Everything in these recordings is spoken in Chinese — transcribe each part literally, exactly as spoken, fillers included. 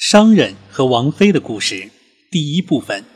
商人和王妃的故事第一部分。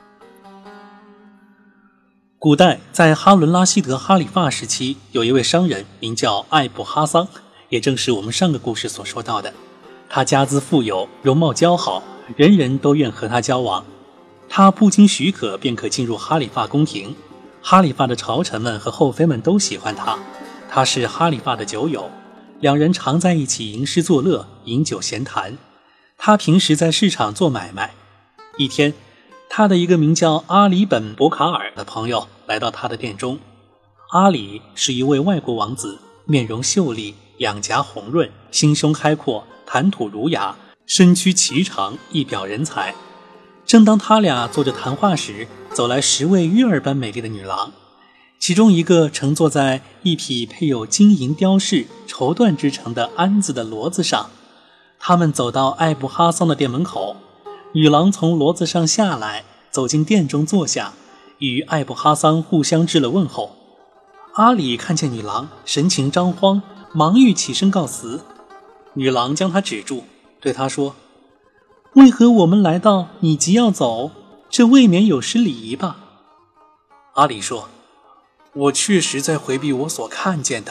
古代在哈伦拉希德哈里发时期，有一位商人名叫艾布哈桑，也正是我们上个故事所说到的。他家资富有，容貌姣好，人人都愿和他交往。他不经许可便可进入哈里发宫廷，哈里发的朝臣们和后妃们都喜欢他。他是哈里发的酒友，两人常在一起吟诗作乐，饮酒闲谈。他平时在市场做买卖。一天，他的一个名叫阿里本博卡尔的朋友来到他的店中。阿里是一位外国王子，面容秀丽，两颊红润，心胸开阔，谈吐儒雅，身躯颀长，一表人才。正当他俩坐着谈话时，走来十位月儿般美丽的女郎，其中一个乘坐在一匹配有金银雕饰、绸缎制成的鞍子的骡子上。他们走到艾布哈桑的店门口，女郎从骡子上下来，走进店中坐下，与艾布哈桑互相致了问候。阿里看见女郎，神情张慌，忙欲起身告辞。女郎将他止住，对他说：为何我们来到，你即要走？这未免有失礼仪吧？阿里说：我确实在回避我所看见的。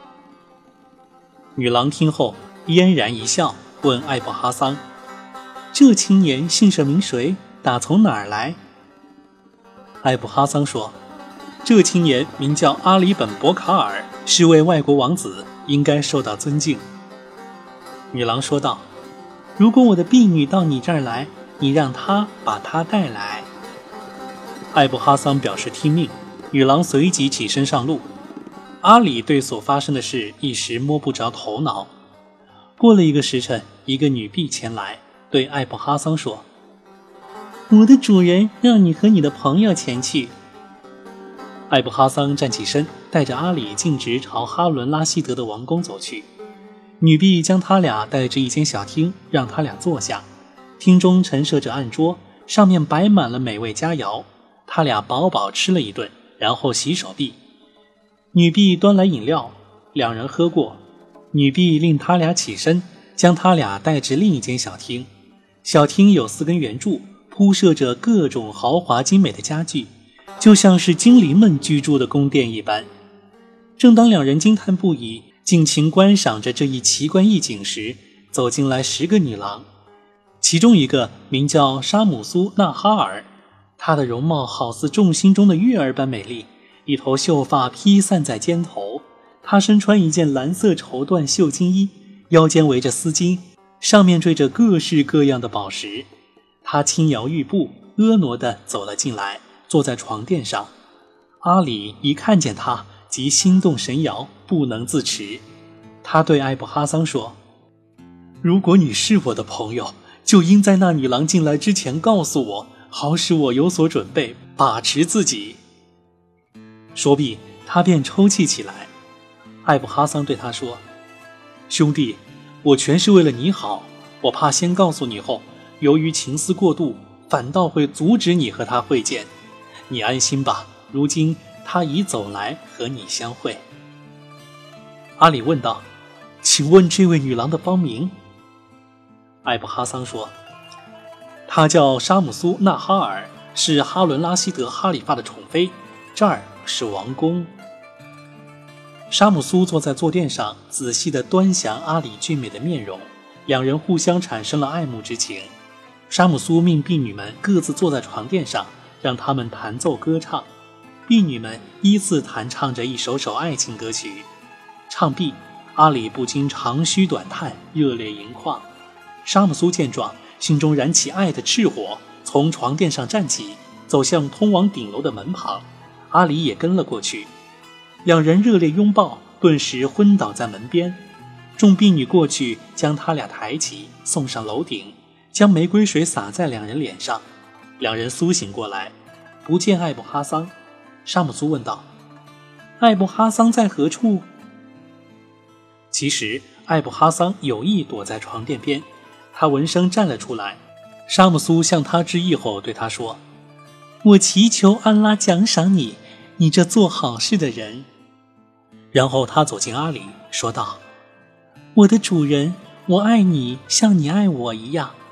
女郎听后嫣然一笑，问艾布哈桑：这青年姓甚名谁，打从哪儿来？艾布哈桑说：这青年名叫阿里本博卡尔，是位外国王子，应该受到尊敬。女郎说道：如果我的婢女到你这儿来，你让她把她带来。艾布哈桑表示听命，女郎随即起身上路。阿里对所发生的事一时摸不着头脑。过了一个时辰，一个女婢前来，对艾布哈桑说：我的主人让你和你的朋友前去。艾布哈桑站起身，带着阿里径直朝哈伦拉希德的王宫走去。女婢将他俩带至一间小厅，让他俩坐下。厅中陈设着案桌，上面摆满了美味佳肴。他俩饱饱吃了一顿，然后洗手臂。女婢端来饮料，两人喝过。女婢令他俩起身，将他俩带至另一间小厅。小厅有四根圆柱，铺设着各种豪华精美的家具，就像是精灵们居住的宫殿一般。正当两人惊叹不已，尽情观赏着这一奇观异景时，走进来十个女郎。其中一个名叫沙姆苏纳哈尔，她的容貌好似众星中的月儿般美丽，一头秀发披散在肩头。她身穿一件蓝色绸缎绣金衣，腰间围着丝巾，上面缀着各式各样的宝石。她轻摇玉步，婀娜地走了进来，坐在床垫上。阿里一看见她，即心动神摇，不能自持。他对艾布哈桑说：如果你是我的朋友，就应在那女郎进来之前告诉我，好使我有所准备，把持自己。说毕，他便抽泣起来。艾布哈桑对他说：兄弟，我全是为了你好，我怕先告诉你后，由于情思过度，反倒会阻止你和他会见。你安心吧，如今他已走来和你相会。阿里问道：请问这位女郎的芳名？艾布哈桑说：她叫沙姆苏纳哈尔，是哈伦拉希德哈里发的宠妃，这儿是王宫。沙姆苏坐在坐垫上，仔细地端详阿里俊美的面容，两人互相产生了爱慕之情。沙姆苏命婢女们各自坐在床垫上，让他们弹奏歌唱。婢女们依次弹唱着一首首爱情歌曲。唱毕，阿里不禁长吁短叹，热泪盈眶。沙姆苏见状，心中燃起爱的赤火，从床垫上站起，走向通往顶楼的门旁。阿里也跟了过去。两人热烈拥抱，顿时昏倒在门边。众婢女过去将他俩抬起，送上楼顶，将玫瑰水洒在两人脸上。两人苏醒过来，不见艾布哈桑。沙姆苏问道：艾布哈桑在何处？其实艾布哈桑有意躲在床垫边，他闻声站了出来。沙姆苏向他致意后对他说：我祈求安拉奖赏你，你这做好事的人。然后他走进阿里，说道：我的主人，我爱你像你爱我一样，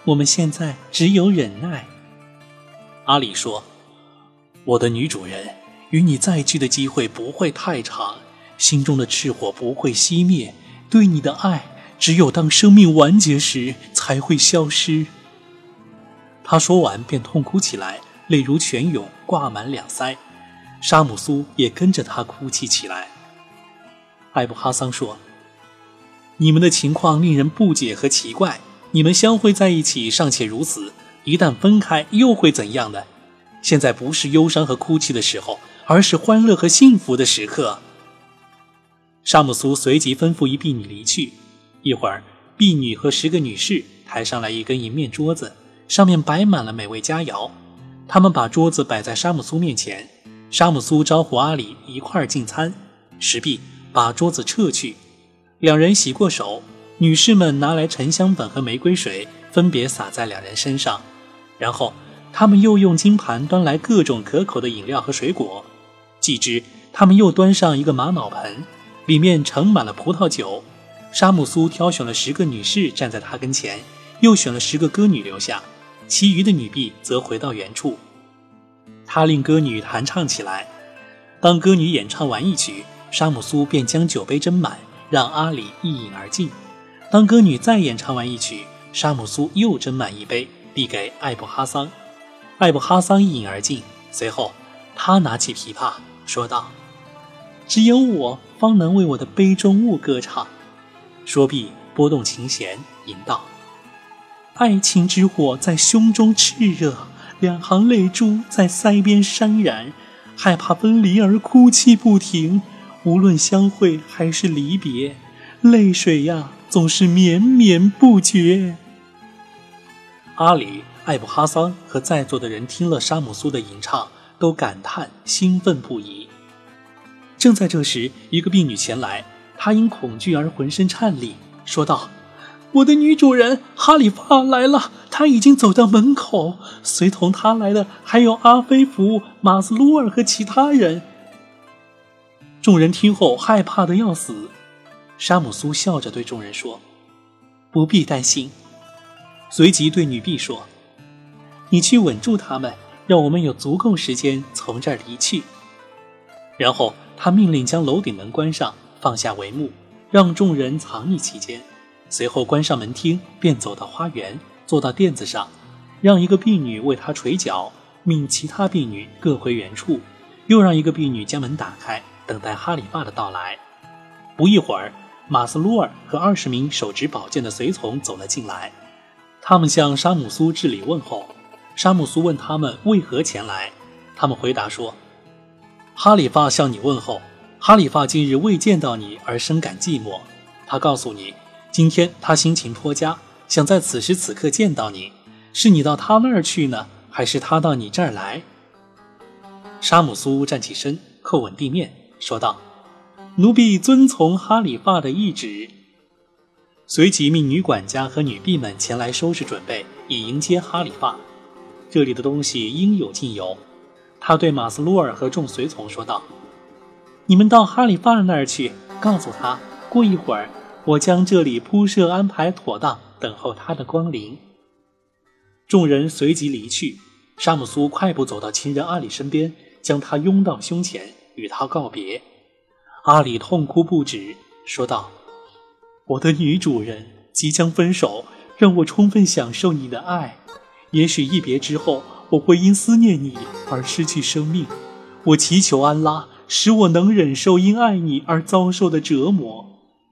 我们现在只有忍耐。阿里说，我的女主人，与你再聚的机会不会太长，心中的炽火不会熄灭，对你的爱只有当生命完结时才会消失。他说完便痛哭起来，泪如泉涌，挂满两腮。沙姆苏也跟着他哭泣起来。艾布哈桑说，你们的情况令人不解和奇怪，你们相会在一起尚且如此，一旦分开又会怎样呢？现在不是忧伤和哭泣的时候，而是欢乐和幸福的时刻。沙姆苏随即吩咐一婢女离去。一会儿，婢女和十个女士抬上来一根银面桌子，上面摆满了美味佳肴。他们把桌子摆在沙姆苏面前，沙姆苏招呼阿里一块儿进餐，石壁把桌子撤去。两人洗过手，女士们拿来沉香粉和玫瑰水，分别洒在两人身上。然后他们又用金盘端来各种可口的饮料和水果。继之，他们又端上一个玛瑙盆，里面盛满了葡萄酒。沙姆苏挑选了十个女士站在他跟前，又选了十个歌女留下，其余的女婢则回到原处。他令歌女弹唱起来。当歌女演唱完一曲，沙姆苏便将酒杯斟满，让阿里一饮而尽。当歌女再演唱完一曲，沙姆苏又斟满一杯，递给艾布哈桑。艾布哈桑一饮而尽，随后他拿起琵琶说道，只有我方能为我的杯中物歌唱。说毕，拨动琴弦，吟道，爱情之火在胸中炽热，两行泪珠在腮边潸然，害怕分离而哭泣不停，无论相会还是离别，泪水呀，总是绵绵不绝。阿里、艾布哈桑和在座的人听了沙姆苏的吟唱，都感叹兴奋不已。正在这时，一个婢女前来，她因恐惧而浑身颤栗，说道，我的女主人哈里发来了，她已经走到门口，随同她来的还有阿菲弗、马斯鲁尔和其他人。众人听后害怕得要死。沙姆苏笑着对众人说，不必担心。随即对女婢说，你去稳住他们，让我们有足够时间从这儿离去。然后他命令将楼顶门关上，放下帷幕，让众人藏匿其间。随后关上门厅，便走到花园，坐到垫子上，让一个婢女为他捶脚，命其他婢女各回原处，又让一个婢女将门打开，等待哈里发的到来。不一会儿，马斯鲁尔和二十名手执宝剑的随从走了进来，他们向沙姆苏致礼问候。沙姆苏问他们为何前来，他们回答说，哈里发向你问候，哈里发今日未见到你而深感寂寞，他告诉你，今天他心情颇佳，想在此时此刻见到你，是你到他那儿去呢，还是他到你这儿来？沙姆苏站起身，叩吻地面，说道，奴婢遵从哈里发的懿旨。随即命女管家和女婢们前来收拾准备，以迎接哈里发。这里的东西应有尽有。他对马斯鲁尔和众随从说道，你们到哈里发那儿去，告诉他，过一会儿我将这里铺设安排妥当，等候他的光临。众人随即离去。沙姆苏快步走到情人阿里身边，将他拥到胸前，与他告别。阿里痛哭不止，说道，我的女主人，即将分手，让我充分享受你的爱。也许一别之后，我会因思念你而失去生命。我祈求安拉，使我能忍受因爱你而遭受的折磨。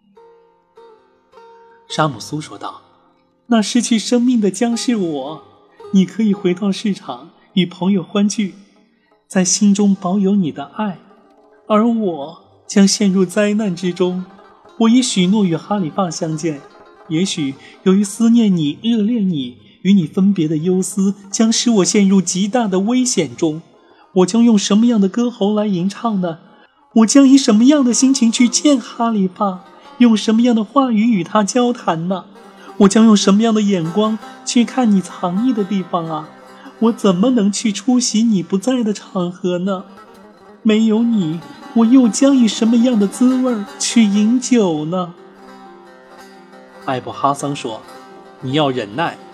沙姆苏说道，那失去生命的将是我。你可以回到市场，与朋友欢聚，在心中保有你的爱，而我将陷入灾难之中。我已许诺与哈里发相见，也许由于思念你、热恋你，与你分别的忧思将使我陷入极大的危险中。我将用什么样的歌喉来吟唱呢？我将以什么样的心情去见哈里发，用什么样的话语与他交谈呢？我将用什么样的眼光去看你藏匿的地方啊？我怎么能去出席你不在的场合呢？没有你，我又将以什么样的滋味去饮酒呢？艾布哈桑说，你要忍耐，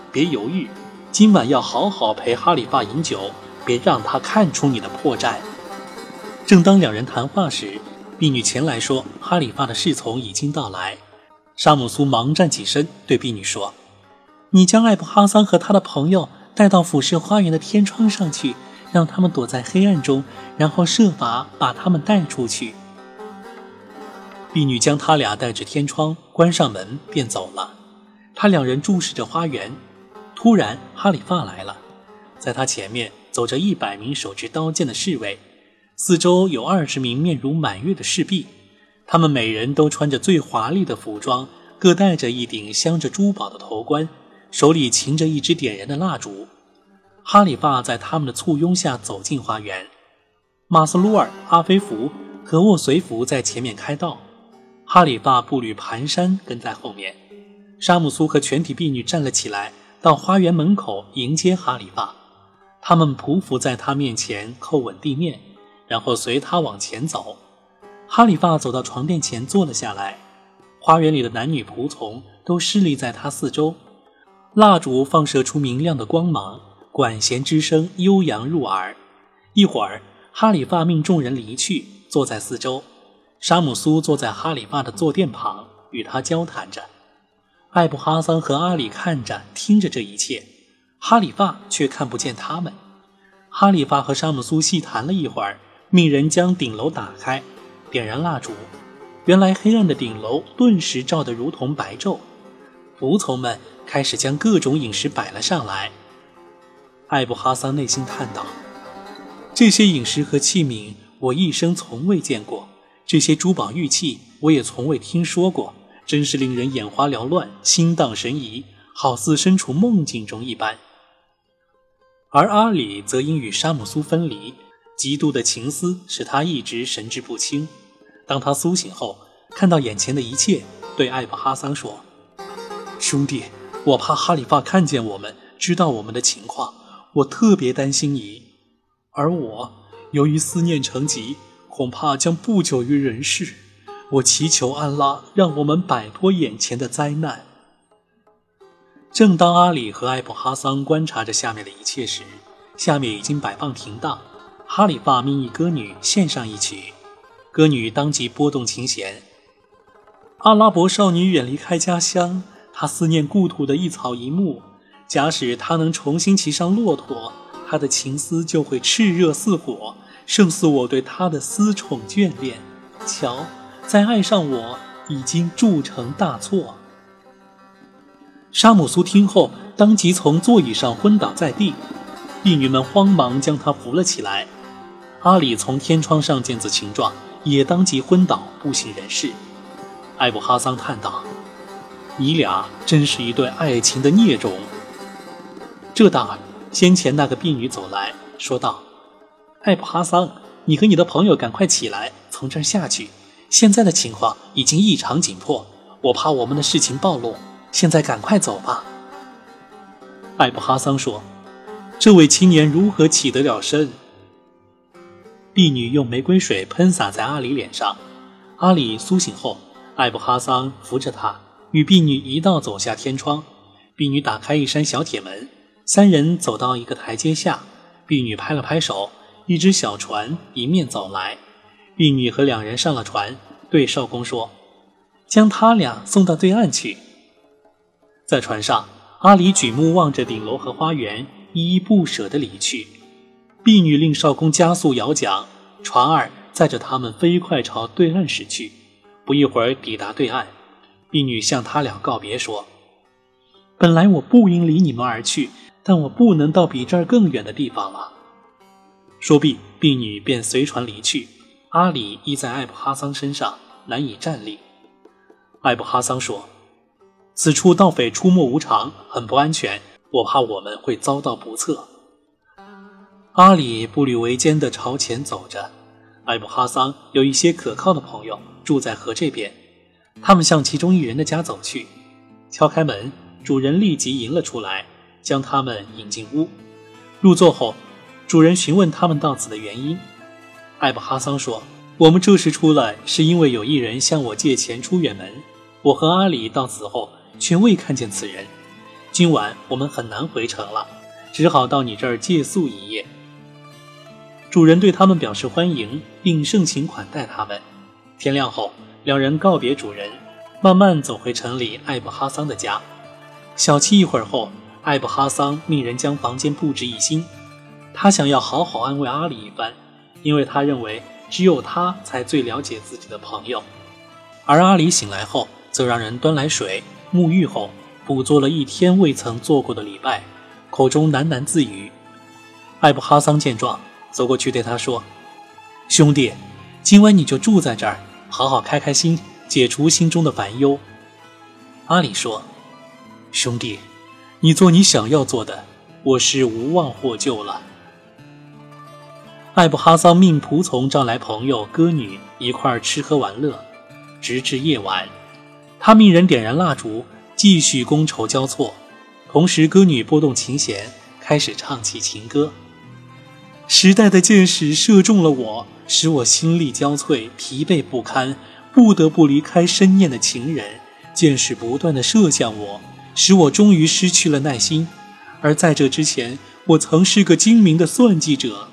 别犹豫，今晚要好好陪哈里发饮酒，别让他看出你的破绽。”正当两人谈话时，婢女前来说哈里发的侍从已经到来。沙姆苏忙站起身，对婢女说：“你将艾布哈桑和他的朋友带到俯视花园的天窗上去，让他们躲在黑暗中，然后设法把他们带出去。”婢女将他俩带至天窗，关上门便走了。他两人注视着花园，突然哈里发来了，在他前面走着一百名手持刀剑的侍卫，四周有二十名面如满月的侍婢，他们每人都穿着最华丽的服装，各戴着一顶镶着珠宝的头冠，手里擎着一支点燃的蜡烛。哈里发在他们的簇拥下走进花园，马斯鲁尔、阿菲福和沃随福在前面开道，哈里发步履蹒跚跟在后面。沙姆苏和全体婢女站了起来，到花园门口迎接哈里发。他们匍匐在他面前，叩吻地面，然后随他往前走。哈里发走到床垫前坐了下来，花园里的男女仆从都侍立在他四周，蜡烛放射出明亮的光芒，管弦之声悠扬入耳。一会儿，哈里发命众人离去，坐在四周。沙姆苏坐在哈里发的坐垫旁，与他交谈着。艾布哈桑和阿里看着听着这一切，哈里发却看不见他们。哈里发和沙姆苏细谈了一会儿，命人将顶楼打开，点燃蜡烛。原来黑暗的顶楼顿时照得如同白昼。仆从们开始将各种饮食摆了上来。艾布哈桑内心叹道：“这些饮食和器皿我一生从未见过，这些珠宝玉器我也从未听说过，真是令人眼花缭乱，心荡神怡，好似身处梦境中一般。”而阿里则因与沙姆苏分离，极度的情思使他一直神志不清。当他苏醒后，看到眼前的一切，对艾布哈桑说：“兄弟，我怕哈里发看见我们，知道我们的情况，我特别担心你。而我由于思念成疾，恐怕将不久于人世。我祈求安拉让我们摆脱眼前的灾难。”正当阿里和艾布哈桑观察着下面的一切时，下面已经摆放停当。哈里发命一歌女献上一曲，歌女当即拨动琴弦。阿拉伯少女远离开家乡，她思念故土的一草一木，假使她能重新骑上骆驼，她的情思就会炽热似火，胜似我对她的思宠眷恋。瞧，再爱上我已经铸成大错。沙姆苏听后当即从座椅上昏倒在地，婢女们慌忙将他扶了起来。阿里从天窗上见此情状，也当即昏倒不省人事。艾布哈桑叹道：“你俩真是一对爱情的孽种。”这当先前那个婢女走来说道：“艾布哈桑，你和你的朋友赶快起来，从这儿下去，现在的情况已经异常紧迫，我怕我们的事情暴露，现在赶快走吧。”艾布哈桑说：“这位青年如何起得了身？”婢女用玫瑰水喷洒在阿里脸上。阿里苏醒后，艾布哈桑扶着他，与婢女一道走下天窗。婢女打开一扇小铁门，三人走到一个台阶下。婢女拍了拍手，一只小船迎面走来。婢女和两人上了船，对少公说：“将他俩送到对岸去。”在船上，阿里举目望着顶楼和花园，依依不舍地离去。婢女令少公加速摇桨，船儿载着他们飞快朝对岸驶去。不一会儿抵达对岸，婢女向他俩告别说：“本来我不应离你们而去，但我不能到比这儿更远的地方了。”说毕，婢女便随船离去。阿里依在艾布哈桑身上，难以站立。艾布哈桑说：“此处盗匪出没无常，很不安全，我怕我们会遭到不测。”阿里步履维艰地朝前走着。艾布哈桑有一些可靠的朋友住在河这边，他们向其中一人的家走去。敲开门，主人立即迎了出来，将他们引进屋。入座后，主人询问他们到此的原因。艾布哈桑说：“我们这时出来是因为有一人向我借钱出远门，我和阿里到此后却未看见此人。 今晚我们很难回城了，只好到你这儿借宿一夜。主人对他们表示欢迎，并盛情款待他们。天亮后，两人告别主人，慢慢走回城里艾布哈桑的家。小憩一会儿后，艾布哈桑命人将房间布置一新。他想要好好安慰阿里一番，因为他认为只有他才最了解自己的朋友。而阿里醒来后，则让人端来水，沐浴后补做了一天未曾做过的礼拜，口中喃喃自语。艾布哈桑见状，走过去对他说：兄弟，今晚你就住在这儿，好好开开心，解除心中的烦忧。阿里说：兄弟，你做你想要做的，我是无望获救了。艾布哈桑命仆从召来朋友歌女一块儿吃喝玩乐，直至夜晚。他命人点燃蜡烛，继续觥筹交错，同时歌女拨动琴弦，开始唱起情歌。时代的箭矢射中了我，使我心力交瘁，疲惫不堪，不得不离开深念的情人。箭矢不断地射向我，使我终于失去了耐心。而在这之前，我曾是个精明的算计者。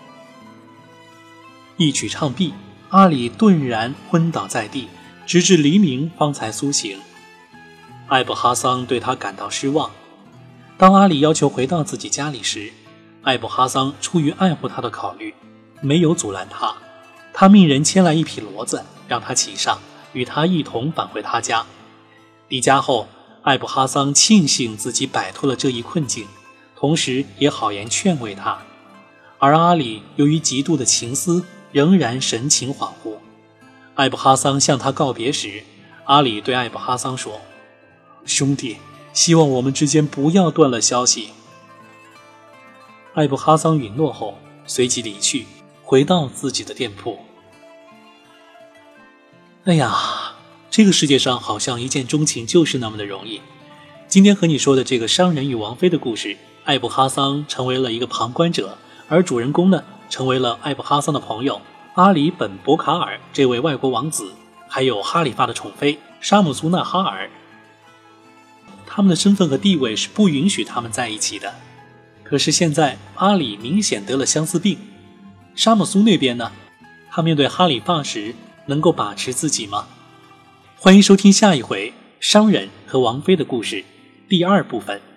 一曲唱毕，阿里顿然昏倒在地，直至黎明方才苏醒。艾布哈桑对他感到失望。当阿里要求回到自己家里时，艾布哈桑出于爱护他的考虑，没有阻拦他。他命人牵来一匹骡子，让他骑上，与他一同返回他家。离家后，艾布哈桑庆幸自己摆脱了这一困境，同时也好言劝慰他。而阿里由于极度的情思，仍然神情恍惚。艾布哈桑向他告别时，阿里对艾布哈桑说：兄弟，希望我们之间不要断了消息。艾布哈桑允诺后，随即离去，回到自己的店铺。哎呀，这个世界上好像一见钟情就是那么的容易。今天和你说的这个商人与王妃的故事，艾布哈桑成为了一个旁观者，而主人公呢，成为了艾布哈桑的朋友阿里本博卡尔这位外国王子，还有哈里发的宠妃沙姆苏纳哈尔。他们的身份和地位是不允许他们在一起的。可是现在阿里明显得了相思病，沙姆苏那边呢？他面对哈里发时能够把持自己吗？欢迎收听下一回商人和王妃的故事第二部分。